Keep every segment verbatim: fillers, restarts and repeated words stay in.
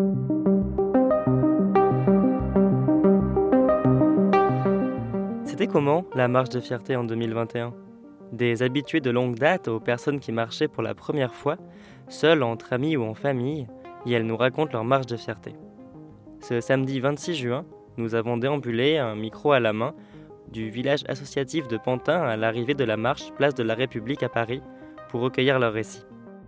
C'était comment la marche de fierté en deux mille vingt et un ? Des habitués de longue date aux personnes qui marchaient pour la première fois, seules, entre amis ou en famille, et elles nous racontent leur marche de fierté. Ce samedi vingt-six juin, nous avons déambulé, un micro à la main, du village associatif de Pantin à l'arrivée de la marche Place de la République à Paris, pour recueillir leurs récits.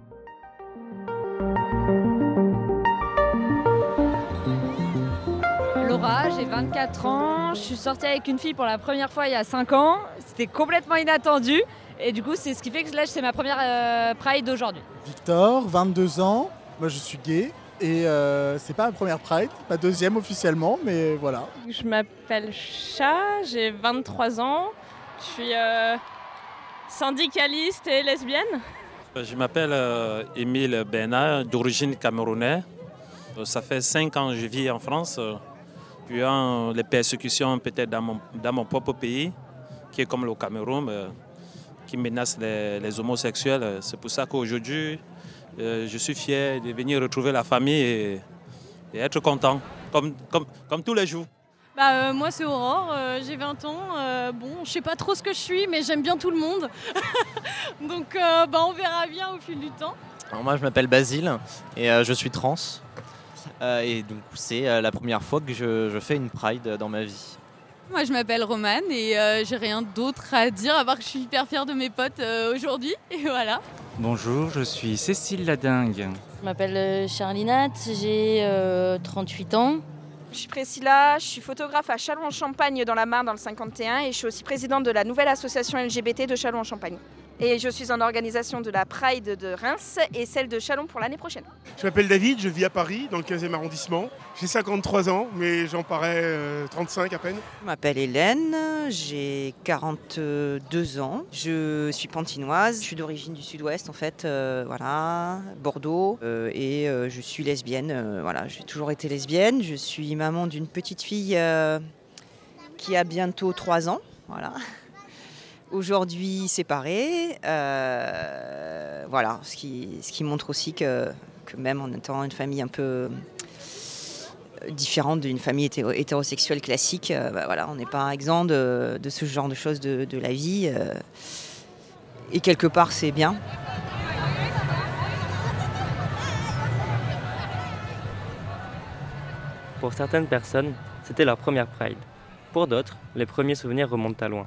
Laura, j'ai vingt-quatre ans, je suis sortie avec une fille pour la première fois il y a cinq ans, c'était complètement inattendu et du coup c'est ce qui fait que là c'est ma première euh, Pride aujourd'hui. Victor, vingt-deux ans, moi je suis gay et euh, c'est pas ma première Pride, ma deuxième officiellement, mais voilà. Je m'appelle Cha, j'ai vingt-trois ans, je suis euh, syndicaliste et lesbienne. Je m'appelle euh, Émile Bernard, d'origine camerounaise. Ça fait cinq ans que je vis en France. Puis hein, les persécutions peut-être dans mon, dans mon propre pays, qui est comme le Cameroun, euh, qui menace les, les homosexuels. C'est pour ça qu'aujourd'hui, euh, je suis fier de venir retrouver la famille et, et être content, comme, comme, comme tous les jours. Bah, euh, moi c'est Aurore, euh, j'ai vingt ans, euh, bon je sais pas trop ce que je suis mais j'aime bien tout le monde, donc euh, bah, on verra bien au fil du temps. Alors moi je m'appelle Basile et euh, je suis trans euh, et donc c'est euh, la première fois que je, je fais une Pride dans ma vie. Moi je m'appelle Romane et euh, j'ai rien d'autre à dire à part que je suis hyper fière de mes potes euh, aujourd'hui et voilà. Bonjour, je suis Cécile Ladingue. Je m'appelle Charlinat, j'ai euh, trente-huit ans. Je suis Priscilla, je suis photographe à Châlons-en-Champagne dans la Marne dans le cinquante et un et je suis aussi présidente de la nouvelle association L G B T de Châlons-en-Champagne. Et je suis en organisation de la Pride de Reims et celle de Châlons pour l'année prochaine. Je m'appelle David, je vis à Paris dans le quinzième arrondissement. J'ai cinquante-trois ans mais j'en parais euh, trente-cinq à peine. Je m'appelle Hélène, j'ai quarante-deux ans, je suis pantinoise, je suis d'origine du sud-ouest en fait, euh, voilà, Bordeaux, euh, et euh, je suis lesbienne, euh, voilà, j'ai toujours été lesbienne, je suis maman d'une petite fille euh, qui a bientôt trois ans, voilà. Aujourd'hui séparée, euh, voilà, ce qui, ce qui montre aussi que, que même en étant une famille un peu différente d'une famille hétéro- hétérosexuelle classique, euh, bah voilà, on n'est pas exempt de, de ce genre de choses de, de la vie. Euh, et quelque part, c'est bien. Pour certaines personnes, c'était leur première Pride. Pour d'autres, les premiers souvenirs remontent à loin.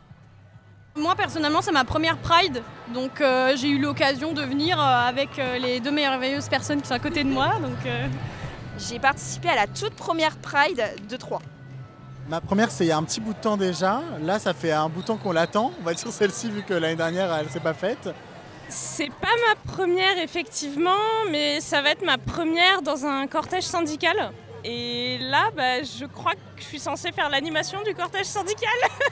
Moi personnellement c'est ma première Pride, donc euh, j'ai eu l'occasion de venir euh, avec euh, les deux merveilleuses personnes qui sont à côté de moi. Donc, euh... J'ai participé à la toute première Pride de Troyes. Ma première c'est il y a un petit bout de temps déjà, là ça fait un bout de temps qu'on l'attend, on va dire celle-ci vu que l'année dernière elle s'est pas faite. C'est pas ma première effectivement, mais ça va être ma première dans un cortège syndical. Et là, bah, je crois que je suis censée faire l'animation du cortège syndical.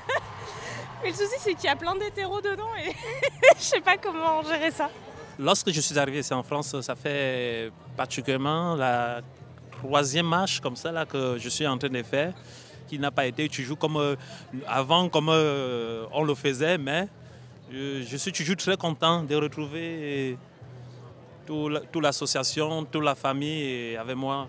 Mais le souci, c'est qu'il y a plein d'hétéros dedans et je sais pas comment gérer ça. Lorsque je suis arrivé ici en France, ça fait particulièrement la troisième marche comme ça là, que je suis en train de faire, qui n'a pas été toujours comme euh, avant, comme euh, on le faisait, mais euh, je suis toujours très content de retrouver toute l'association, toute la famille avec moi.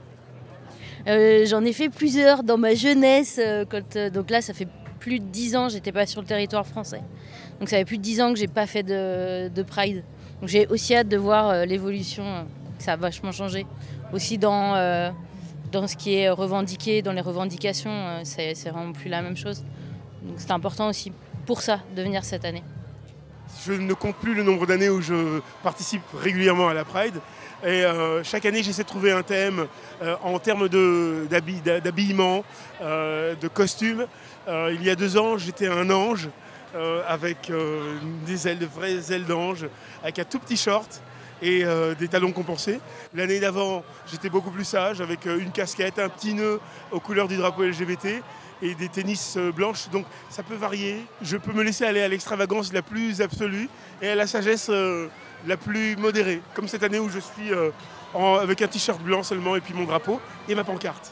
Euh, j'en ai fait plusieurs dans ma jeunesse, euh, quand, euh, donc là ça fait plus de dix ans, j'étais pas sur le territoire français. Donc ça fait plus de dix ans que j'ai pas fait de, de Pride. Donc j'ai aussi hâte de voir euh, l'évolution, euh, ça a vachement changé. Aussi dans, euh, dans ce qui est revendiqué, dans les revendications, euh, c'est, c'est vraiment plus la même chose. Donc c'est important aussi pour ça de venir cette année. Je ne compte plus le nombre d'années où je participe régulièrement à la Pride. Et euh, chaque année, j'essaie de trouver un thème euh, en termes de, d'habi- d'habillement, euh, de costumes. Euh, il y a deux ans, j'étais un ange euh, avec euh, des ailes, de vraies ailes d'ange, avec un tout petit short et euh, des talons compensés. L'année d'avant, j'étais beaucoup plus sage, avec euh, une casquette, un petit nœud aux couleurs du drapeau L G B T et des tennis euh, blanches. Donc ça peut varier. Je peux me laisser aller à l'extravagance la plus absolue et à la sagesse euh, la plus modérée. Comme cette année où je suis euh, en, avec un t-shirt blanc seulement et puis mon drapeau et ma pancarte.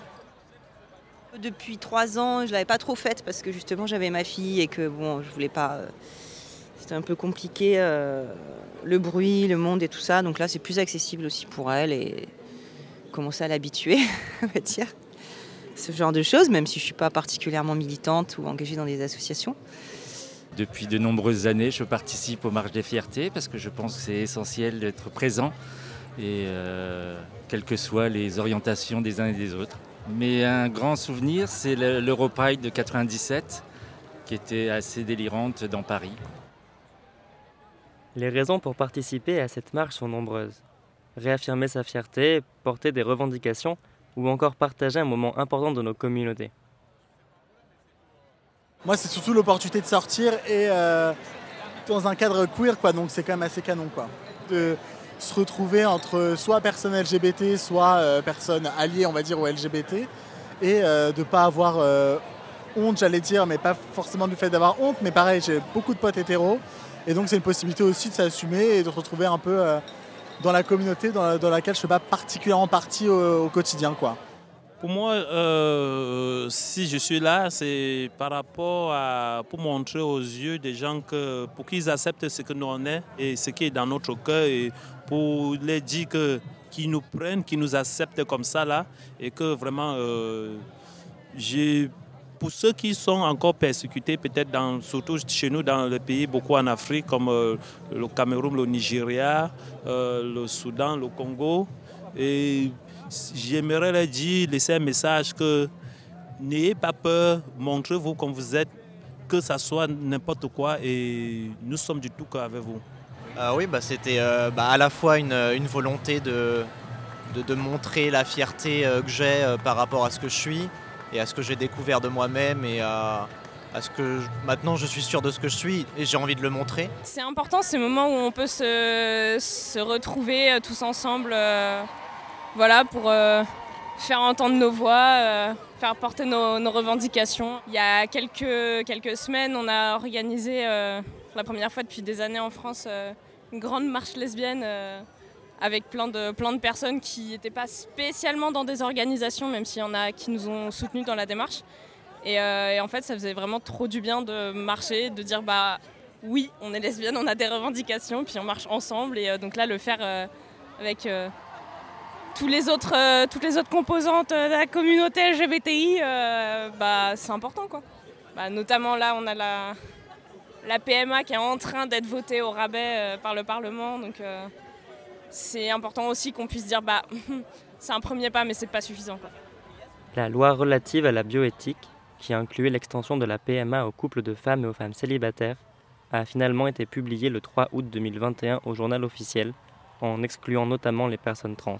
Depuis trois ans, je ne l'avais pas trop faite parce que justement j'avais ma fille et que bon, je voulais pas. Euh, c'était un peu compliqué, euh, le bruit, le monde et tout ça. Donc là, c'est plus accessible aussi pour elle et, commencé à l'habituer, on va dire. Ce genre de choses, même si je ne suis pas particulièrement militante ou engagée dans des associations. Depuis de nombreuses années, je participe aux marches des fiertés parce que je pense que c'est essentiel d'être présent et euh, quelles que soient les orientations des uns et des autres. Mais un grand souvenir, c'est l'Europride de quatre-vingt-dix-sept qui était assez délirante dans Paris. Les raisons pour participer à cette marche sont nombreuses. Réaffirmer sa fierté, porter des revendications ou encore partager un moment important de nos communautés. Moi, c'est surtout l'opportunité de sortir et euh, dans un cadre queer, quoi, donc c'est quand même assez canon, quoi. De se retrouver entre soit personnes L G B T, soit euh, personnes alliées, on va dire, au L G B T, et euh, de ne pas avoir euh, honte, j'allais dire, mais pas forcément du fait d'avoir honte, mais pareil, j'ai beaucoup de potes hétéros, et donc c'est une possibilité aussi de s'assumer et de se retrouver un peu euh, dans la communauté dans, la, dans laquelle je ne fais pas particulièrement partie au, au quotidien, quoi. Pour moi, euh, si je suis là, c'est par rapport à pour montrer aux yeux des gens que pour qu'ils acceptent ce que nous on est et ce qui est dans notre cœur et pour les dire que qu'ils nous prennent, qu'ils nous acceptent comme ça là et que vraiment euh, j'ai pour ceux qui sont encore persécutés, peut-être dans, surtout chez nous dans le pays, beaucoup en Afrique, comme euh, le Cameroun, le Nigeria, euh, le Soudan, le Congo. Et j'aimerais leur dire, laisser un message que n'ayez pas peur, montrez-vous comme vous êtes, que ça soit n'importe quoi et nous sommes du tout cœur avec vous. Euh, oui, bah, c'était euh, bah, à la fois une, une volonté de, de, de montrer la fierté euh, que j'ai euh, par rapport à ce que je suis et à ce que j'ai découvert de moi-même et à, à ce que je, maintenant je suis sûr de ce que je suis et j'ai envie de le montrer. C'est important ces moments où on peut se, se retrouver euh, tous ensemble euh, voilà, pour euh, faire entendre nos voix, euh, faire porter nos, nos revendications. Il y a quelques, quelques semaines, on a organisé euh, la première fois depuis des années en France euh, une grande marche lesbienne euh, avec plein de, plein de personnes qui n'étaient pas spécialement dans des organisations, même s'il y en a qui nous ont soutenus dans la démarche. Et, euh, et en fait, ça faisait vraiment trop du bien de marcher, de dire bah oui, on est lesbienne, on a des revendications, puis on marche ensemble. Et euh, donc là, le faire euh, avec euh, tous les autres, euh, toutes les autres composantes de la communauté L G B T I, euh, bah, c'est important, quoi. Bah, notamment là, on a la, la P M A qui est en train d'être votée au rabais euh, par le Parlement. Donc euh, c'est important aussi qu'on puisse dire bah c'est un premier pas, mais c'est pas suffisant, quoi. La loi relative à la bioéthique, qui incluait l'extension de la P M A aux couples de femmes et aux femmes célibataires, a finalement été publiée le trois août deux mille vingt et un au journal officiel, en excluant notamment les personnes trans.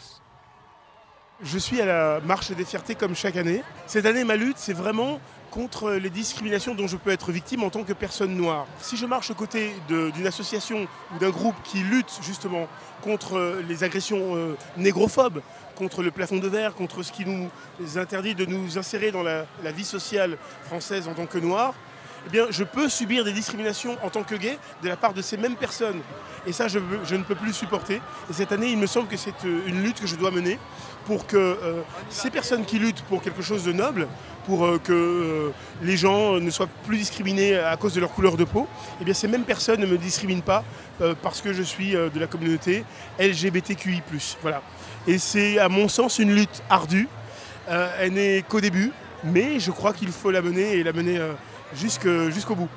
Je suis à la marche des fiertés comme chaque année. Cette année, ma lutte, c'est vraiment contre les discriminations dont je peux être victime en tant que personne noire. Si je marche aux côtés de, d'une association ou d'un groupe qui lutte justement contre les agressions euh, négrophobes, contre le plafond de verre, contre ce qui nous interdit de nous insérer dans la, la vie sociale française en tant que noirs, eh bien, je peux subir des discriminations en tant que gay de la part de ces mêmes personnes. Et ça, je, je ne peux plus le supporter. Et cette année, il me semble que c'est une lutte que je dois mener pour que euh, ces personnes qui luttent pour quelque chose de noble, pour euh, que euh, les gens ne soient plus discriminés à cause de leur couleur de peau, eh bien, ces mêmes personnes ne me discriminent pas euh, parce que je suis euh, de la communauté L G B T Q I plus. Voilà. Et c'est, à mon sens, une lutte ardue. Euh, elle n'est qu'au début, mais je crois qu'il faut la mener et la mener euh, jusque, jusqu'au bout.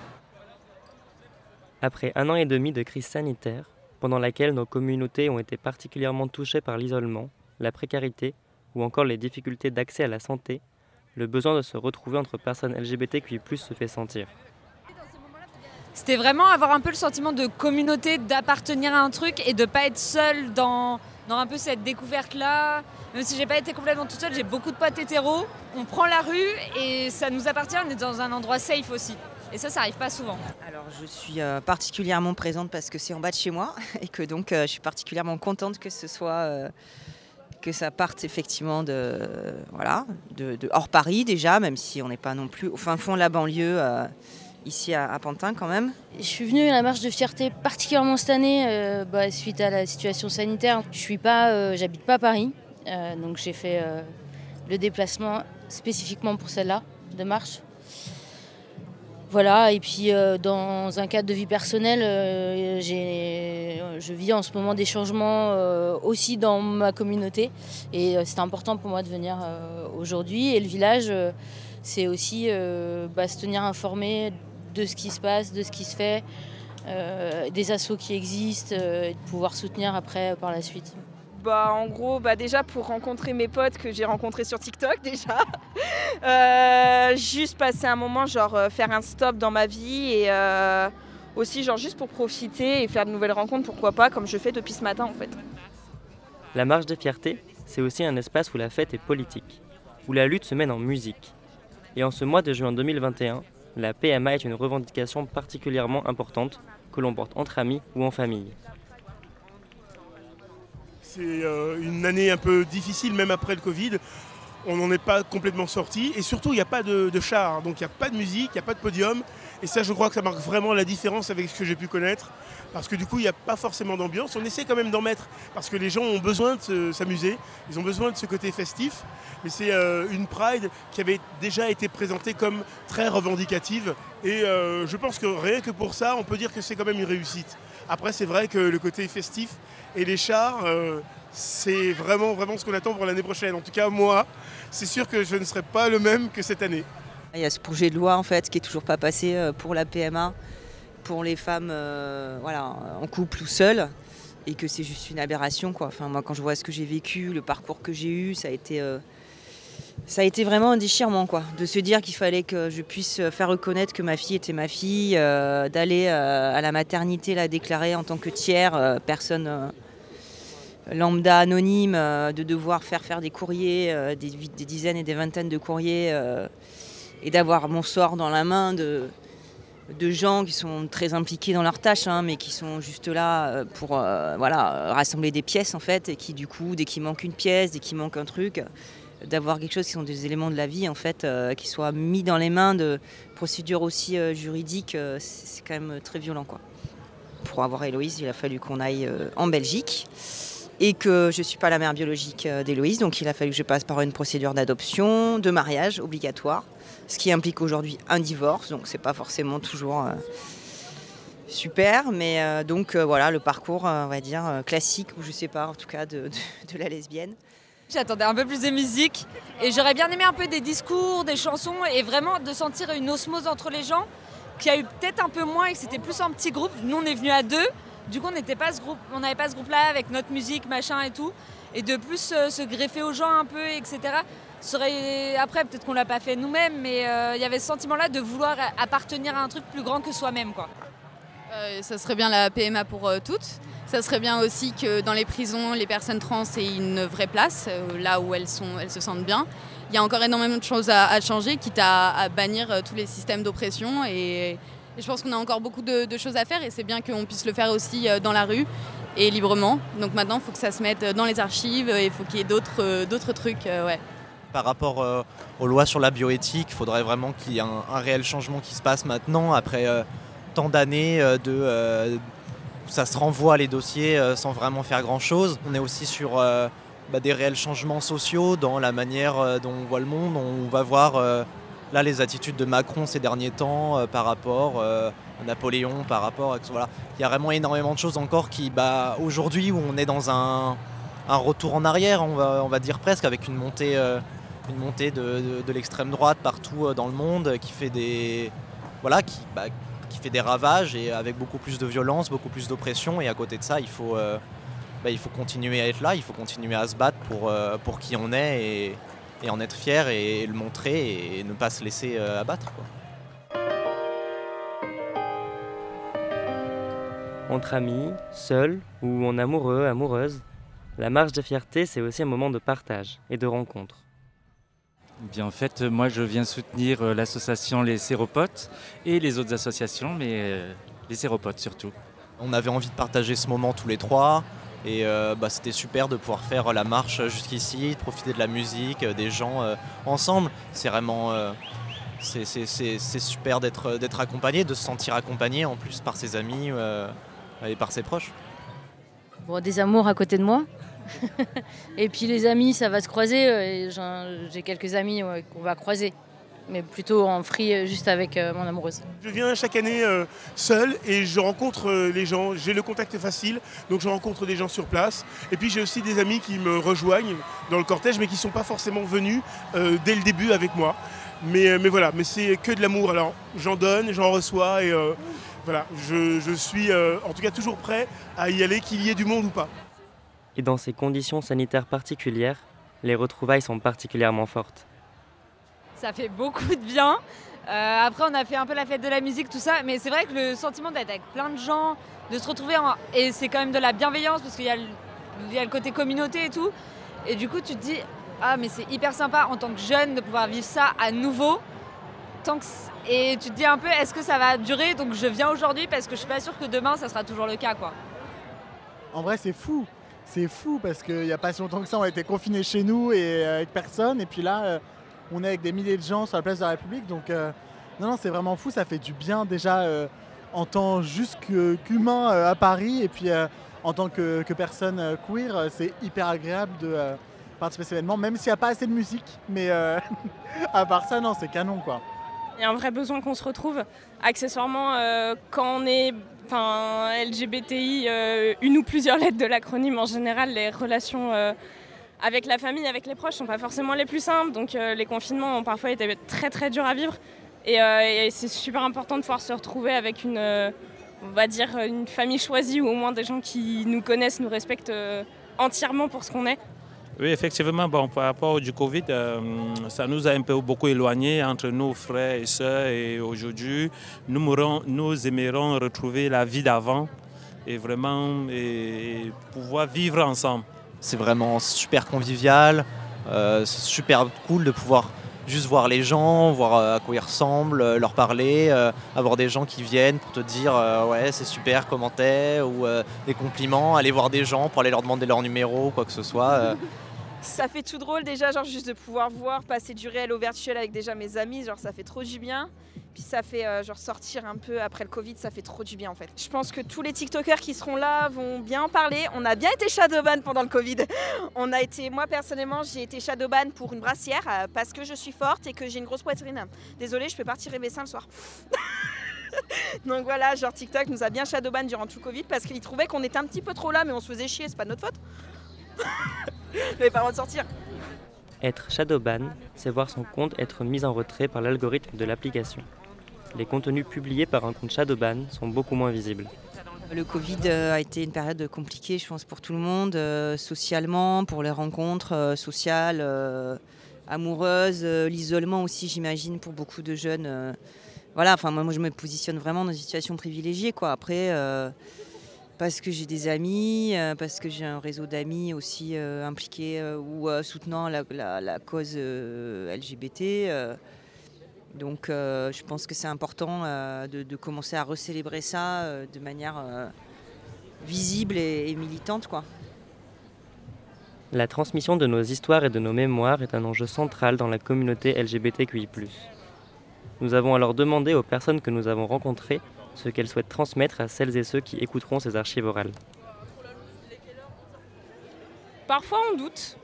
Après un an et demi de crise sanitaire, pendant laquelle nos communautés ont été particulièrement touchées par l'isolement, la précarité ou encore les difficultés d'accès à la santé, le besoin de se retrouver entre personnes L G B T Q I plus se fait sentir. C'était vraiment avoir un peu le sentiment de communauté, d'appartenir à un truc et de ne pas être seul dans, dans un peu cette découverte-là. Même si j'ai pas été complètement toute seule, j'ai beaucoup de potes hétéros. On prend la rue et ça nous appartient, on est dans un endroit safe aussi. Et ça, ça arrive pas souvent. Alors je suis euh, particulièrement présente parce que c'est en bas de chez moi et que donc euh, je suis particulièrement contente que ce soit... Euh, que ça parte effectivement de, voilà, de, de hors Paris déjà, même si on n'est pas non plus au fin fond de la banlieue, euh, ici à, à Pantin quand même. Je suis venue à la marche de fierté particulièrement cette année, euh, bah, suite à la situation sanitaire. Je suis pas, euh, j'habite pas à Paris, euh, donc j'ai fait euh, le déplacement spécifiquement pour celle-là, de marche. Voilà, et puis euh, dans un cadre de vie personnelle, euh, j'ai, je vis en ce moment des changements euh, aussi dans ma communauté. Et euh, c'est important pour moi de venir euh, aujourd'hui. Et le village, euh, c'est aussi euh, bah, se tenir informé de ce qui se passe, de ce qui se fait, euh, des assos qui existent, euh, et de pouvoir soutenir après euh, par la suite. Bah, en gros, bah, déjà pour rencontrer mes potes que j'ai rencontrés sur TikTok déjà. euh, juste passer un moment, genre euh, faire un stop dans ma vie et euh, aussi genre juste pour profiter et faire de nouvelles rencontres, pourquoi pas, comme je fais depuis ce matin en fait. La marche des fiertés, c'est aussi un espace où la fête est politique, où la lutte se mène en musique. Et en ce mois de juin deux mille vingt et un, la P M A est une revendication particulièrement importante que l'on porte entre amis ou en famille. C'est euh, une année un peu difficile, même après le Covid. On n'en est pas complètement sorti. Et surtout, il n'y a pas de, de char. Donc, il n'y a pas de musique, il n'y a pas de podium. Et ça, je crois que ça marque vraiment la différence avec ce que j'ai pu connaître. Parce que du coup, il n'y a pas forcément d'ambiance. On essaie quand même d'en mettre. Parce que les gens ont besoin de se, s'amuser. Ils ont besoin de ce côté festif. Mais c'est euh, une Pride qui avait déjà été présentée comme très revendicative. Et euh, je pense que rien que pour ça, on peut dire que c'est quand même une réussite. Après, c'est vrai que le côté festif et les chars, euh, c'est vraiment, vraiment ce qu'on attend pour l'année prochaine. En tout cas, moi, c'est sûr que je ne serai pas le même que cette année. Il y a ce projet de loi en fait, qui n'est toujours pas passé pour la P M A, pour les femmes euh, voilà, en couple ou seules, et que c'est juste une aberration, quoi. Enfin, moi, quand je vois ce que j'ai vécu, le parcours que j'ai eu, ça a été... Euh, Ça a été vraiment un déchirement, quoi, de se dire qu'il fallait que je puisse faire reconnaître que ma fille était ma fille, euh, d'aller euh, à la maternité la déclarer en tant que tiers, euh, personne euh, lambda anonyme, euh, de devoir faire faire des courriers, euh, des, des dizaines et des vingtaines de courriers, euh, et d'avoir mon sort dans la main de, de gens qui sont très impliqués dans leurs tâches, hein, mais qui sont juste là pour euh, voilà, rassembler des pièces, en fait, et qui, du coup, dès qu'il manque une pièce, dès qu'il manque un truc... d'avoir quelque chose qui sont des éléments de la vie en fait, euh, qui soient mis dans les mains de procédures aussi euh, juridiques, euh, c'est, c'est quand même très violent, quoi. Pour avoir Héloïse, il a fallu qu'on aille euh, en Belgique et que je ne suis pas la mère biologique euh, d'Héloïse, donc il a fallu que je passe par une procédure d'adoption, de mariage obligatoire, ce qui implique aujourd'hui un divorce, donc c'est pas forcément toujours euh, super, mais euh, donc euh, voilà le parcours, euh, on va dire, euh, classique, ou je sais pas, en tout cas de, de, de la lesbienne. J'attendais un peu plus de musique et j'aurais bien aimé un peu des discours, des chansons et vraiment de sentir une osmose entre les gens qu'il y a eu peut-être un peu moins et que c'était plus en petits groupes. Nous, on est venus à deux, du coup, on n'était pas ce groupe, on n'avait pas ce groupe-là avec notre musique, machin et tout. Et de plus euh, se greffer aux gens un peu, et cetera. Serait... Après, peut-être qu'on l'a pas fait nous-mêmes, mais il euh, y avait ce sentiment-là de vouloir appartenir à un truc plus grand que soi-même, quoi. Euh, ça serait bien la P M A pour euh, toutes. Ça serait bien aussi que dans les prisons, les personnes trans aient une vraie place, euh, là où elles, sont, elles se sentent bien. Il y a encore énormément de choses à, à changer, quitte à, à bannir euh, tous les systèmes d'oppression. Et, et je pense qu'on a encore beaucoup de, de choses à faire et c'est bien qu'on puisse le faire aussi euh, dans la rue et librement. Donc maintenant, il faut que ça se mette dans les archives et il faut qu'il y ait d'autres, euh, d'autres trucs. Euh, ouais. Par rapport euh, aux lois sur la bioéthique, il faudrait vraiment qu'il y ait un, un réel changement qui se passe maintenant, après euh, tant d'années euh, de... Euh, ça se renvoie les dossiers euh, sans vraiment faire grand-chose. On est aussi sur euh, bah, des réels changements sociaux dans la manière euh, dont on voit le monde. On va voir euh, là les attitudes de Macron ces derniers temps euh, par rapport euh, à Napoléon, par rapport à... Voilà. Il y a vraiment énormément de choses encore qui, bah, aujourd'hui, où on est dans un, un retour en arrière, on va, on va dire presque, avec une montée, euh, une montée de, de, de l'extrême droite partout euh, dans le monde qui fait des... Voilà, qui... Bah, qui fait des ravages et avec beaucoup plus de violence, beaucoup plus d'oppression, et à côté de ça il faut, euh, bah, il faut continuer à être là, il faut continuer à se battre pour, euh, pour qui on est et, et en être fier et, et le montrer et ne pas se laisser euh, abattre, quoi. Entre amis, seuls ou en amoureux, amoureuse, la marche de fierté c'est aussi un moment de partage et de rencontre. Bien, en fait, moi, je viens soutenir l'association Les Séropotes et les autres associations, mais euh, les Séropotes surtout. On avait envie de partager ce moment tous les trois et euh, bah, c'était super de pouvoir faire la marche jusqu'ici, de profiter de la musique, des gens euh, ensemble. C'est vraiment euh, c'est, c'est, c'est, c'est super d'être, d'être accompagné, de se sentir accompagné en plus par ses amis euh, et par ses proches. Bon, des amours à côté de moi. Et puis les amis, ça va se croiser. Et j'ai quelques amis qu'on va croiser. mais plutôt en free juste avec euh, mon amoureuse. Je viens chaque année euh, seul et je rencontre euh, les gens. J'ai le contact facile, donc je rencontre des gens sur place. Et puis j'ai aussi des amis qui me rejoignent dans le cortège, mais qui ne sont pas forcément venus euh, dès le début avec moi. Mais, euh, mais voilà, mais c'est que de l'amour. Alors j'en donne, j'en reçois et euh, voilà, je, je suis euh, en tout cas toujours prêt à y aller, qu'il y ait du monde ou pas. Et dans ces conditions sanitaires particulières, les retrouvailles sont particulièrement fortes. Ça fait beaucoup de bien. Euh, après, on a fait un peu la fête de la musique, tout ça. Mais c'est vrai que le sentiment d'être avec plein de gens, de se retrouver, en... et c'est quand même de la bienveillance parce qu'il y a, le... Il y a le côté communauté et tout. Et du coup, tu te dis, ah, mais c'est hyper sympa en tant que jeune de pouvoir vivre ça à nouveau. Tant que... Et tu te dis un peu, est-ce que ça va durer? Donc je viens aujourd'hui parce que je suis pas sûre que demain, ça sera toujours le cas, quoi. En vrai, c'est fou. C'est fou parce qu'il n'y a pas si longtemps que ça, on a été confinés chez nous et avec personne. Et puis là, euh, on est avec des milliers de gens sur la place de la République. Donc, euh, non, non, c'est vraiment fou. Ça fait du bien déjà euh, en tant juste que, qu'humain euh, à Paris. Et puis euh, en tant que, que personne euh, queer, euh, c'est hyper agréable de euh, participer à cet événement, même s'il n'y a pas assez de musique. Mais euh, à part ça, non, c'est canon, quoi. Il y a un vrai besoin qu'on se retrouve. Accessoirement, euh, quand on est enfin, L G B T I, euh, une ou plusieurs lettres de l'acronyme, en général, les relations euh, avec la famille, avec les proches, ne sont pas forcément les plus simples. Donc euh, les confinements ont parfois été très très durs à vivre. Et, euh, et c'est super important de pouvoir se retrouver avec une, euh, on va dire, une famille choisie ou au moins des gens qui nous connaissent, nous respectent euh, entièrement pour ce qu'on est. Oui, effectivement, bon, par rapport du Covid, euh, ça nous a un peu beaucoup éloignés entre nos frères et sœurs. Et aujourd'hui, nous, mourons, nous aimerons retrouver la vie d'avant et vraiment et pouvoir vivre ensemble. C'est vraiment super convivial, euh, c'est super cool de pouvoir juste voir les gens, voir à quoi ils ressemblent, leur parler, euh, avoir des gens qui viennent pour te dire euh, ouais c'est super, comment t'es, ou euh, des compliments, aller voir des gens pour aller leur demander leur numéro ou quoi que ce soit. Euh. Ça fait tout drôle déjà, genre juste de pouvoir voir, passer du réel au virtuel avec déjà mes amis, genre ça fait trop du bien. Puis ça fait euh, genre sortir un peu après le Covid, ça fait trop du bien en fait. Je pense que tous les TikTokers qui seront là vont bien en parler. On a bien été shadowban pendant le Covid. On a été, moi personnellement, j'ai été shadowban pour une brassière euh, parce que je suis forte et que j'ai une grosse poitrine. Désolée, je peux pas retirer mes seins le soir. Donc voilà, genre TikTok nous a bien shadowban durant tout le Covid parce qu'ils trouvaient qu'on était un petit peu trop là, mais on se faisait chier, c'est pas de notre faute. On n'avait pas le droit de sortir. Être shadowban, c'est voir son compte être mis en retrait par l'algorithme de l'application. Les contenus publiés par un compte shadowban sont beaucoup moins visibles. Le Covid a été une période compliquée, je pense, pour tout le monde, euh, socialement, pour les rencontres euh, sociales, euh, amoureuses, euh, l'isolement aussi, j'imagine, pour beaucoup de jeunes. Euh, voilà, enfin moi, moi je me positionne vraiment dans une situation privilégiée, quoi. Après, euh, parce que j'ai des amis, euh, parce que j'ai un réseau d'amis aussi euh, impliqués euh, ou euh, soutenant la, la, la cause euh, L G B T. Euh, donc euh, je pense que c'est important euh, de, de commencer à recélébrer ça euh, de manière euh, visible et, et militante, quoi. La transmission de nos histoires et de nos mémoires est un enjeu central dans la communauté L G B T Q I plus. Nous avons alors demandé aux personnes que nous avons rencontrées ce qu'elles souhaitent transmettre à celles et ceux qui écouteront ces archives orales. Parfois on doute.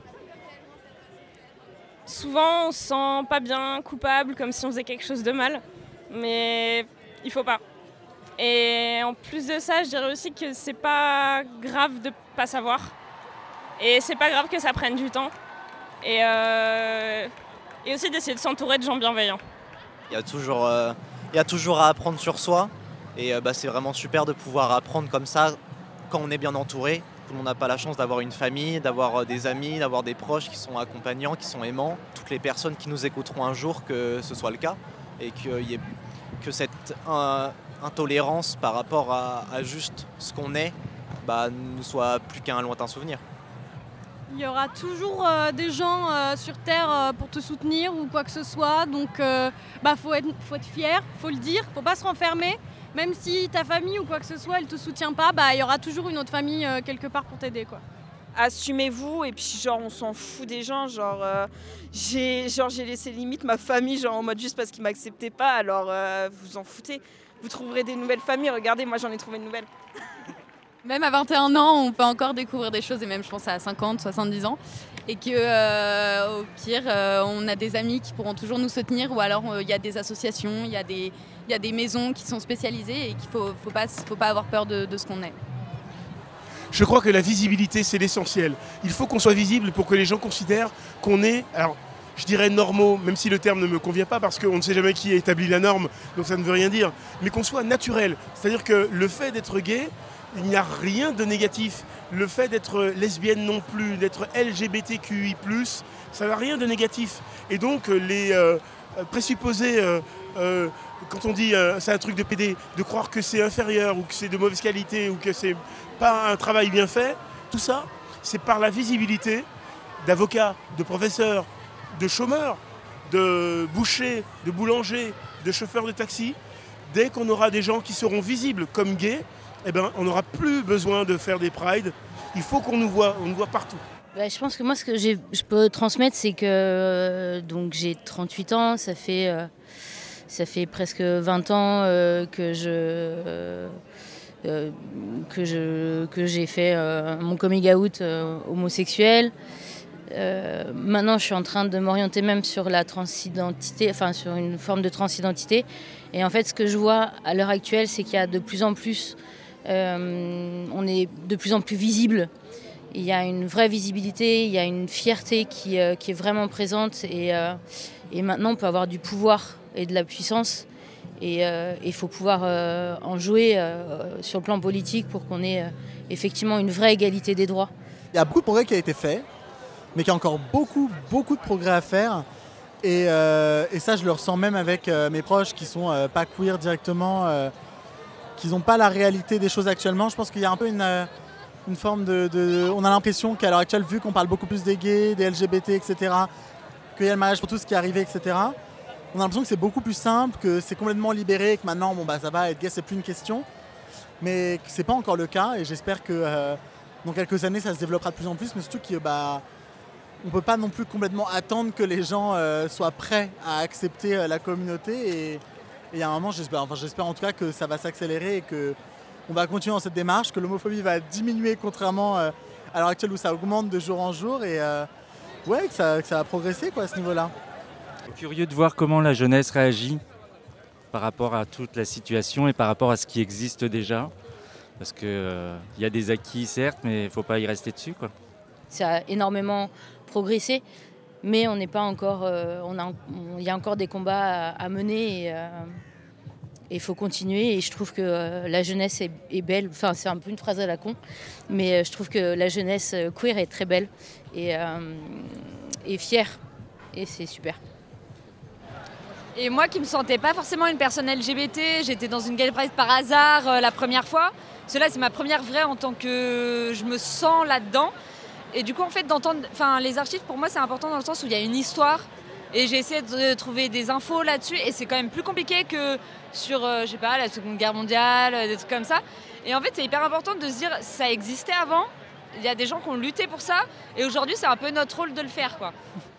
Souvent on se sent pas bien, coupable, comme si on faisait quelque chose de mal. Mais il faut pas. Et en plus de ça, je dirais aussi que c'est pas grave de pas savoir. Et c'est pas grave que ça prenne du temps. Et, euh... et aussi d'essayer de s'entourer de gens bienveillants. Il y a toujours, euh, il y a toujours à apprendre sur soi. Et euh, bah, c'est vraiment super de pouvoir apprendre comme ça quand on est bien entouré. Tout le monde n'a pas la chance d'avoir une famille, d'avoir euh, des amis, d'avoir des proches qui sont accompagnants, qui sont aimants. Toutes les personnes qui nous écouteront un jour, que ce soit le cas. Et qu'il y ait, que cette euh, intolérance par rapport à, à juste ce qu'on est bah, ne soit plus qu'un lointain souvenir. Il y aura toujours euh, des gens euh, sur Terre euh, pour te soutenir ou quoi que ce soit. Donc, euh, bah, faut être, faut être fier, faut le dire, faut pas se renfermer. Même si ta famille ou quoi que ce soit, elle te soutient pas, bah, il y aura toujours une autre famille euh, quelque part pour t'aider, quoi. Assumez-vous et puis genre on s'en fout des gens, genre euh, j'ai genre j'ai laissé limite ma famille genre en mode juste parce qu'ils m'acceptaient pas, alors euh, vous en foutez. Vous trouverez des nouvelles familles, regardez, moi j'en ai trouvé une nouvelle. Même à vingt et un ans, on peut encore découvrir des choses, et même je pense à cinquante, soixante-dix ans. Et que euh, au pire, euh, on a des amis qui pourront toujours nous soutenir, ou alors il euh, y a des associations, il y, y a des maisons qui sont spécialisées et qu'il ne faut, faut, pas, faut pas avoir peur de, de ce qu'on est. Je crois que la visibilité, c'est l'essentiel. Il faut qu'on soit visible pour que les gens considèrent qu'on est, alors je dirais normaux, même si le terme ne me convient pas, parce qu'on ne sait jamais qui a établi la norme, donc ça ne veut rien dire, mais qu'on soit naturel. C'est-à-dire que le fait d'être gay, il n'y a rien de négatif. Le fait d'être lesbienne non plus, d'être L G B T Q I plus, ça n'a rien de négatif. Et donc les euh, présupposés, euh, euh, quand on dit euh, c'est un truc de pédé, de croire que c'est inférieur ou que c'est de mauvaise qualité ou que c'est pas un travail bien fait, tout ça, c'est par la visibilité d'avocats, de professeurs, de chômeurs, de bouchers, de boulangers, de chauffeurs de taxi. Dès qu'on aura des gens qui seront visibles comme gays, eh ben, on n'aura plus besoin de faire des prides. Il faut qu'on nous voit, on nous voit partout. Bah, je pense que moi, ce que j'ai, je peux transmettre, c'est que euh, donc j'ai trente-huit ans, ça fait, euh, ça fait presque vingt ans euh, que, je, euh, que, je, que j'ai fait euh, mon coming out euh, homosexuel. Euh, maintenant, je suis en train de m'orienter même sur la transidentité, enfin sur une forme de transidentité. Et en fait, ce que je vois à l'heure actuelle, c'est qu'il y a de plus en plus Euh, on est de plus en plus visible. Il y a une vraie visibilité, il y a une fierté qui, euh, qui est vraiment présente. Et, euh, et maintenant, on peut avoir du pouvoir et de la puissance. Et il euh, faut pouvoir euh, en jouer euh, sur le plan politique pour qu'on ait euh, effectivement une vraie égalité des droits. Il y a beaucoup de progrès qui a été fait, mais qu'il y a encore beaucoup, beaucoup de progrès à faire. Et, euh, et ça, je le ressens même avec euh, mes proches qui sont euh, pas queer directement. Euh, qu'ils n'ont pas la réalité des choses actuellement. Je pense qu'il y a un peu une, une forme de, de... On a l'impression qu'à l'heure actuelle, vu qu'on parle beaucoup plus des gays, des L G B T, et cetera, qu'il y a le mariage pour tous qui est arrivé, et cetera, on a l'impression que c'est beaucoup plus simple, que c'est complètement libéré, que maintenant, bon, bah, ça va, être gay, c'est plus une question. Mais ce n'est pas encore le cas, et j'espère que euh, dans quelques années, ça se développera de plus en plus, mais surtout qu'on bah, ne peut pas non plus complètement attendre que les gens euh, soient prêts à accepter euh, la communauté. Et, Et il y a un moment, j'espère, enfin, j'espère en tout cas que ça va s'accélérer et qu'on va continuer dans cette démarche, que l'homophobie va diminuer contrairement euh, à l'heure actuelle où ça augmente de jour en jour et euh, ouais, que ça, que ça va progresser quoi, à ce niveau-là. Curieux de voir comment la jeunesse réagit par rapport à toute la situation et par rapport à ce qui existe déjà. Parce qu'il euh, y a des acquis certes, mais il ne faut pas y rester dessus, quoi. Ça a énormément progressé. Mais on n'est pas encore, euh, on a, on, y a encore des combats à, à mener et il euh, faut continuer. Et je trouve que euh, la jeunesse est, est belle. Enfin, c'est un peu une phrase à la con, mais euh, je trouve que la jeunesse queer est très belle et, euh, et fière. Et c'est super. Et moi qui ne me sentais pas forcément une personne L G B T, j'étais dans une gay pride par hasard euh, la première fois. Cela, c'est ma première vraie en tant que je me sens là-dedans. Et du coup, en fait, d'entendre, enfin, les archives, pour moi, c'est important dans le sens où il y a une histoire. Et j'ai essayé de trouver des infos là-dessus. Et c'est quand même plus compliqué que sur, euh, je sais pas, la Seconde Guerre mondiale, des trucs comme ça. Et en fait, c'est hyper important de se dire, ça existait avant. Il y a des gens qui ont lutté pour ça. Et aujourd'hui, c'est un peu notre rôle de le faire, quoi.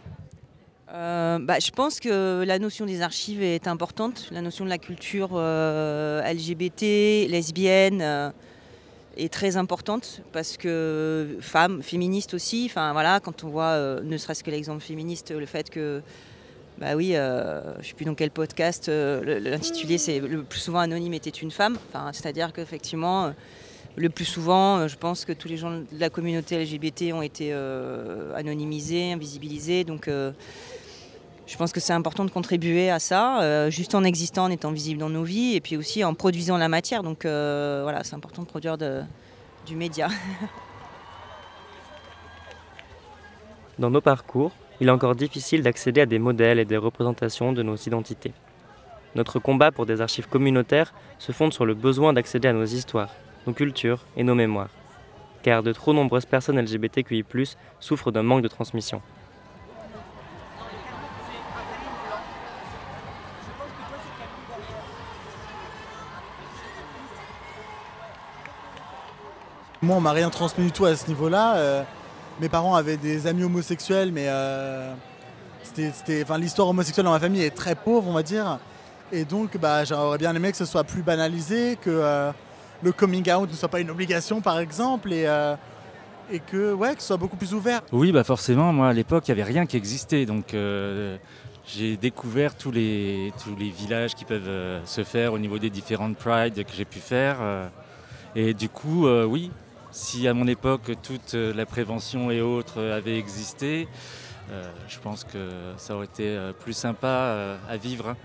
Euh, bah, je pense que la notion des archives est importante. La notion de la culture euh, L G B T, lesbienne... Euh, est très importante parce que femmes, féministes aussi, enfin voilà, quand on voit euh, ne serait-ce que l'exemple féministe, le fait que, bah oui, euh, je ne sais plus dans quel podcast, euh, l'intitulé c'est le plus souvent anonyme était une femme, enfin, c'est-à-dire qu'effectivement, euh, le plus souvent, euh, je pense que tous les gens de la communauté L G B T ont été euh, anonymisés, invisibilisés, donc euh, je pense que c'est important de contribuer à ça, euh, juste en existant, en étant visible dans nos vies, et puis aussi en produisant la matière. Donc euh, voilà, c'est important de produire de, du média. Dans nos parcours, il est encore difficile d'accéder à des modèles et des représentations de nos identités. Notre combat pour des archives communautaires se fonde sur le besoin d'accéder à nos histoires, nos cultures et nos mémoires. Car de trop nombreuses personnes L G B T Q I plus, souffrent d'un manque de transmission. Moi, on m'a rien transmis du tout à ce niveau-là. Euh, mes parents avaient des amis homosexuels, mais euh, c'était, c'était, enfin, l'histoire homosexuelle dans ma famille est très pauvre, on va dire. Et donc, bah, j'aurais bien aimé que ce soit plus banalisé, que euh, le coming out ne soit pas une obligation par exemple et, euh, et que, ouais, que ce soit beaucoup plus ouvert. Oui, bah forcément, moi à l'époque, il n'y avait rien qui existait. Donc euh, j'ai découvert tous les, tous les villages qui peuvent euh, se faire au niveau des différentes prides que j'ai pu faire. Euh, et du coup, euh, oui, si à mon époque toute la prévention et autres avait existé, euh, je pense que ça aurait été plus sympa euh, à vivre.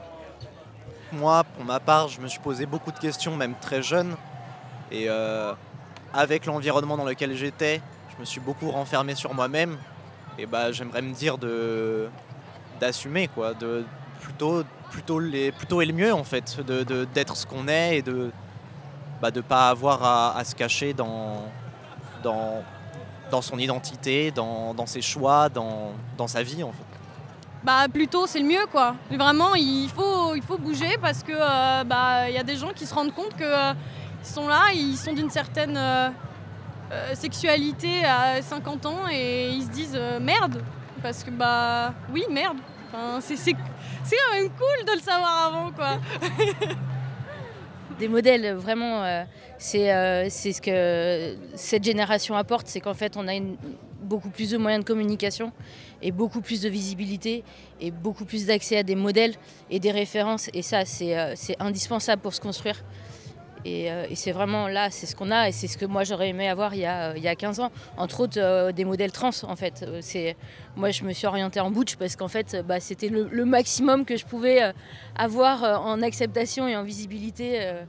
Moi, pour ma part, je me suis posé beaucoup de questions, même très jeune. Et euh, avec l'environnement dans lequel j'étais, je me suis beaucoup renfermé sur moi-même. Et bah, j'aimerais me dire de, d'assumer, quoi, de plutôt, plutôt, les, plutôt et le mieux en fait, de, de, d'être ce qu'on est et de bah, de pas avoir à, à se cacher dans, dans, dans son identité, dans, dans ses choix, dans, dans sa vie en fait. Bah plutôt c'est le mieux quoi. Vraiment il faut, il faut bouger parce que euh, bah, y a des gens qui se rendent compte qu'ils euh, sont là, ils sont d'une certaine euh, euh, sexualité à cinquante ans et ils se disent euh, merde. Parce que bah oui merde. Enfin, c'est, c'est, c'est quand même cool de le savoir avant quoi. Des modèles, vraiment, euh, c'est, euh, c'est ce que cette génération apporte, c'est qu'en fait on a une, beaucoup plus de moyens de communication et beaucoup plus de visibilité et beaucoup plus d'accès à des modèles et des références. Et ça, c'est, euh, c'est indispensable pour se construire. Et, euh, et c'est vraiment là, c'est ce qu'on a et c'est ce que moi j'aurais aimé avoir il y a, il y a quinze ans. Entre autres, euh, des modèles trans en fait. C'est, moi je me suis orientée en butch parce qu'en fait bah, c'était le, le maximum que je pouvais euh, avoir euh, en acceptation et en visibilité euh,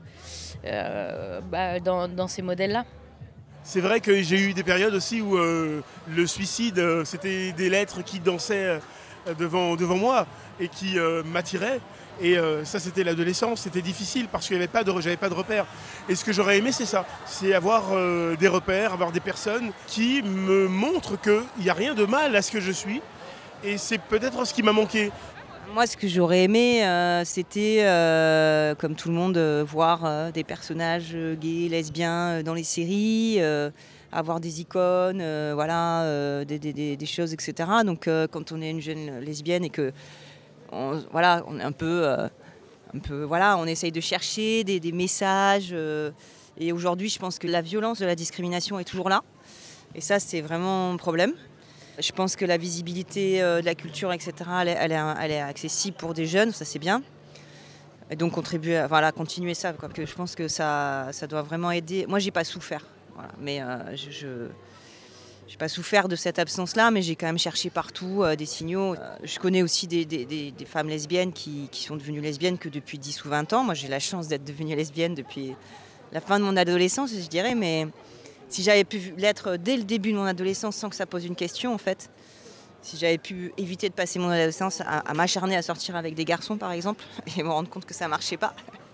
euh, bah, dans, dans ces modèles-là. C'est vrai que j'ai eu des périodes aussi où euh, le suicide, euh, c'était des lettres qui dansaient euh, devant, devant moi et qui euh, m'attiraient. Et euh, ça, c'était l'adolescence, c'était difficile parce que j'avais pas de, j'avais pas de repères. Et ce que j'aurais aimé, c'est ça, c'est avoir euh, des repères, avoir des personnes qui me montrent qu'il n'y a rien de mal à ce que je suis. Et c'est peut-être ce qui m'a manqué. Moi, ce que j'aurais aimé, euh, c'était, euh, comme tout le monde, euh, voir euh, des personnages gays, lesbiens euh, dans les séries, euh, avoir des icônes, euh, voilà, euh, des, des, des choses, et cetera. Donc, euh, quand on est une jeune lesbienne et que, on, voilà, on est un peu, euh, un peu, voilà, on essaye de chercher des, des messages. Euh, et aujourd'hui, je pense que la violence de la discrimination est toujours là. Et ça, c'est vraiment un problème. Je pense que la visibilité de la culture, et cetera, elle est, elle, est, elle est accessible pour des jeunes, ça c'est bien. Et donc contribuer, à, voilà, continuer ça, quoi, parce que je pense que ça, ça doit vraiment aider. Moi, j'ai pas souffert, voilà, mais euh, je, je j'ai pas souffert de cette absence-là, mais j'ai quand même cherché partout euh, des signaux. Euh, je connais aussi des, des, des, des femmes lesbiennes qui, qui sont devenues lesbiennes que depuis dix ou vingt ans. Moi, j'ai la chance d'être devenue lesbienne depuis la fin de mon adolescence, je dirais, mais si j'avais pu l'être dès le début de mon adolescence sans que ça pose une question, en fait, si j'avais pu éviter de passer mon adolescence à, à m'acharner à sortir avec des garçons, par exemple, et me rendre compte que ça ne marchait pas,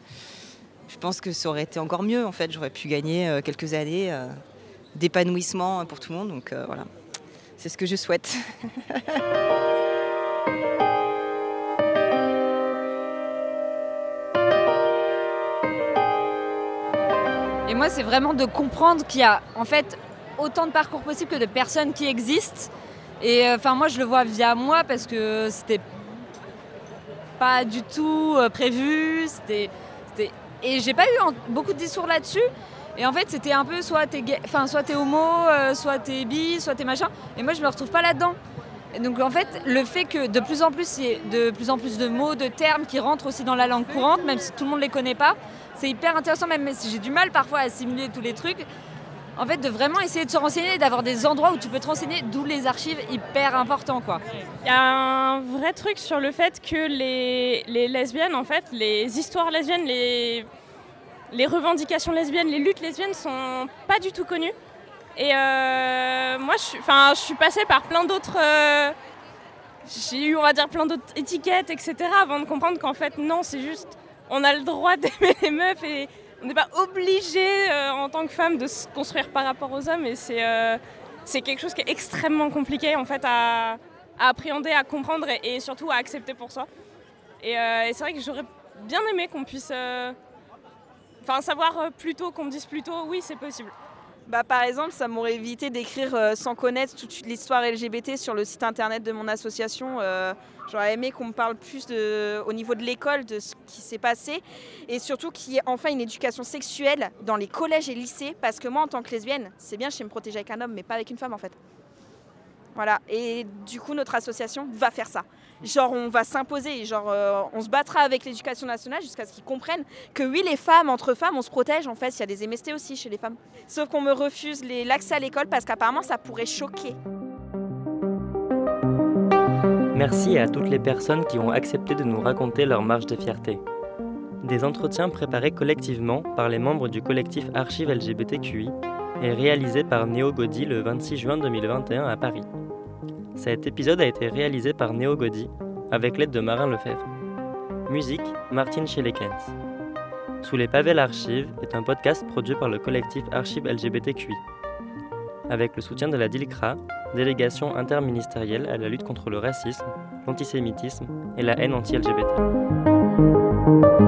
je pense que ça aurait été encore mieux, en fait. J'aurais pu gagner euh, quelques années euh, d'épanouissement pour tout le monde, donc euh, voilà, c'est ce que je souhaite. Et moi, c'est vraiment de comprendre qu'il y a en fait autant de parcours possibles que de personnes qui existent. Et enfin, euh, moi, je le vois via moi parce que c'était pas du tout euh, prévu. C'était, c'était... Et j'ai pas eu en... beaucoup de discours là-dessus. Et en fait, c'était un peu soit t'es, gay... enfin, soit t'es homo, euh, soit t'es bi, soit t'es machin. Et moi, je me retrouve pas là-dedans. Et donc, en fait, le fait que de plus en plus, il y ait de plus en plus de mots, de termes qui rentrent aussi dans la langue courante, même si tout le monde les connaît pas, c'est hyper intéressant, même si j'ai du mal parfois à assimiler tous les trucs. En fait, de vraiment essayer de se renseigner, d'avoir des endroits où tu peux te renseigner, d'où les archives, hyper important, quoi. Il y a un vrai truc sur le fait que les, les lesbiennes, en fait, les histoires lesbiennes, les, les revendications lesbiennes, les luttes lesbiennes sont pas du tout connues. Et euh, moi, je suis, enfin, je suis passée par plein d'autres... Euh, j'ai eu, on va dire, plein d'autres étiquettes, et cetera, avant de comprendre qu'en fait, non, c'est juste... On a le droit d'aimer les meufs et on n'est pas obligé euh, en tant que femme de se construire par rapport aux hommes. Et c'est, euh, c'est quelque chose qui est extrêmement compliqué en fait, à, à appréhender, à comprendre et, et surtout à accepter pour soi. Et, euh, et c'est vrai que j'aurais bien aimé qu'on puisse euh, enfin, savoir plus tôt, qu'on me dise plus tôt, oui, c'est possible. Bah, par exemple, ça m'aurait évité d'écrire euh, sans connaître toute l'histoire L G B T sur le site internet de mon association. Euh, j'aurais aimé qu'on me parle plus de, au niveau de l'école de ce qui s'est passé et surtout qu'il y ait enfin une éducation sexuelle dans les collèges et lycées. Parce que moi, en tant que lesbienne, c'est bien, je sais me protéger avec un homme, mais pas avec une femme en fait. Voilà, et du coup, notre association va faire ça. Genre, on va s'imposer, genre, euh, on se battra avec l'éducation nationale jusqu'à ce qu'ils comprennent que oui, les femmes, entre femmes, on se protège. En fait, il y a des M S T aussi chez les femmes. Sauf qu'on me refuse les, l'accès à l'école parce qu'apparemment, ça pourrait choquer. Merci à toutes les personnes qui ont accepté de nous raconter leur marche de fierté. Des entretiens préparés collectivement par les membres du collectif Archives L G B T Q I et réalisés par Néo Gaudy le vingt-six juin deux mille vingt et un à Paris. Cet épisode a été réalisé par Néo Gaudy avec l'aide de Marin Lefebvre. Musique, Martine Chelekens. Sous les pavés l'Archive est un podcast produit par le collectif Archives L G B T Q I, avec le soutien de la DILCRA, délégation interministérielle à la lutte contre le racisme, l'antisémitisme et la haine anti-L G B T.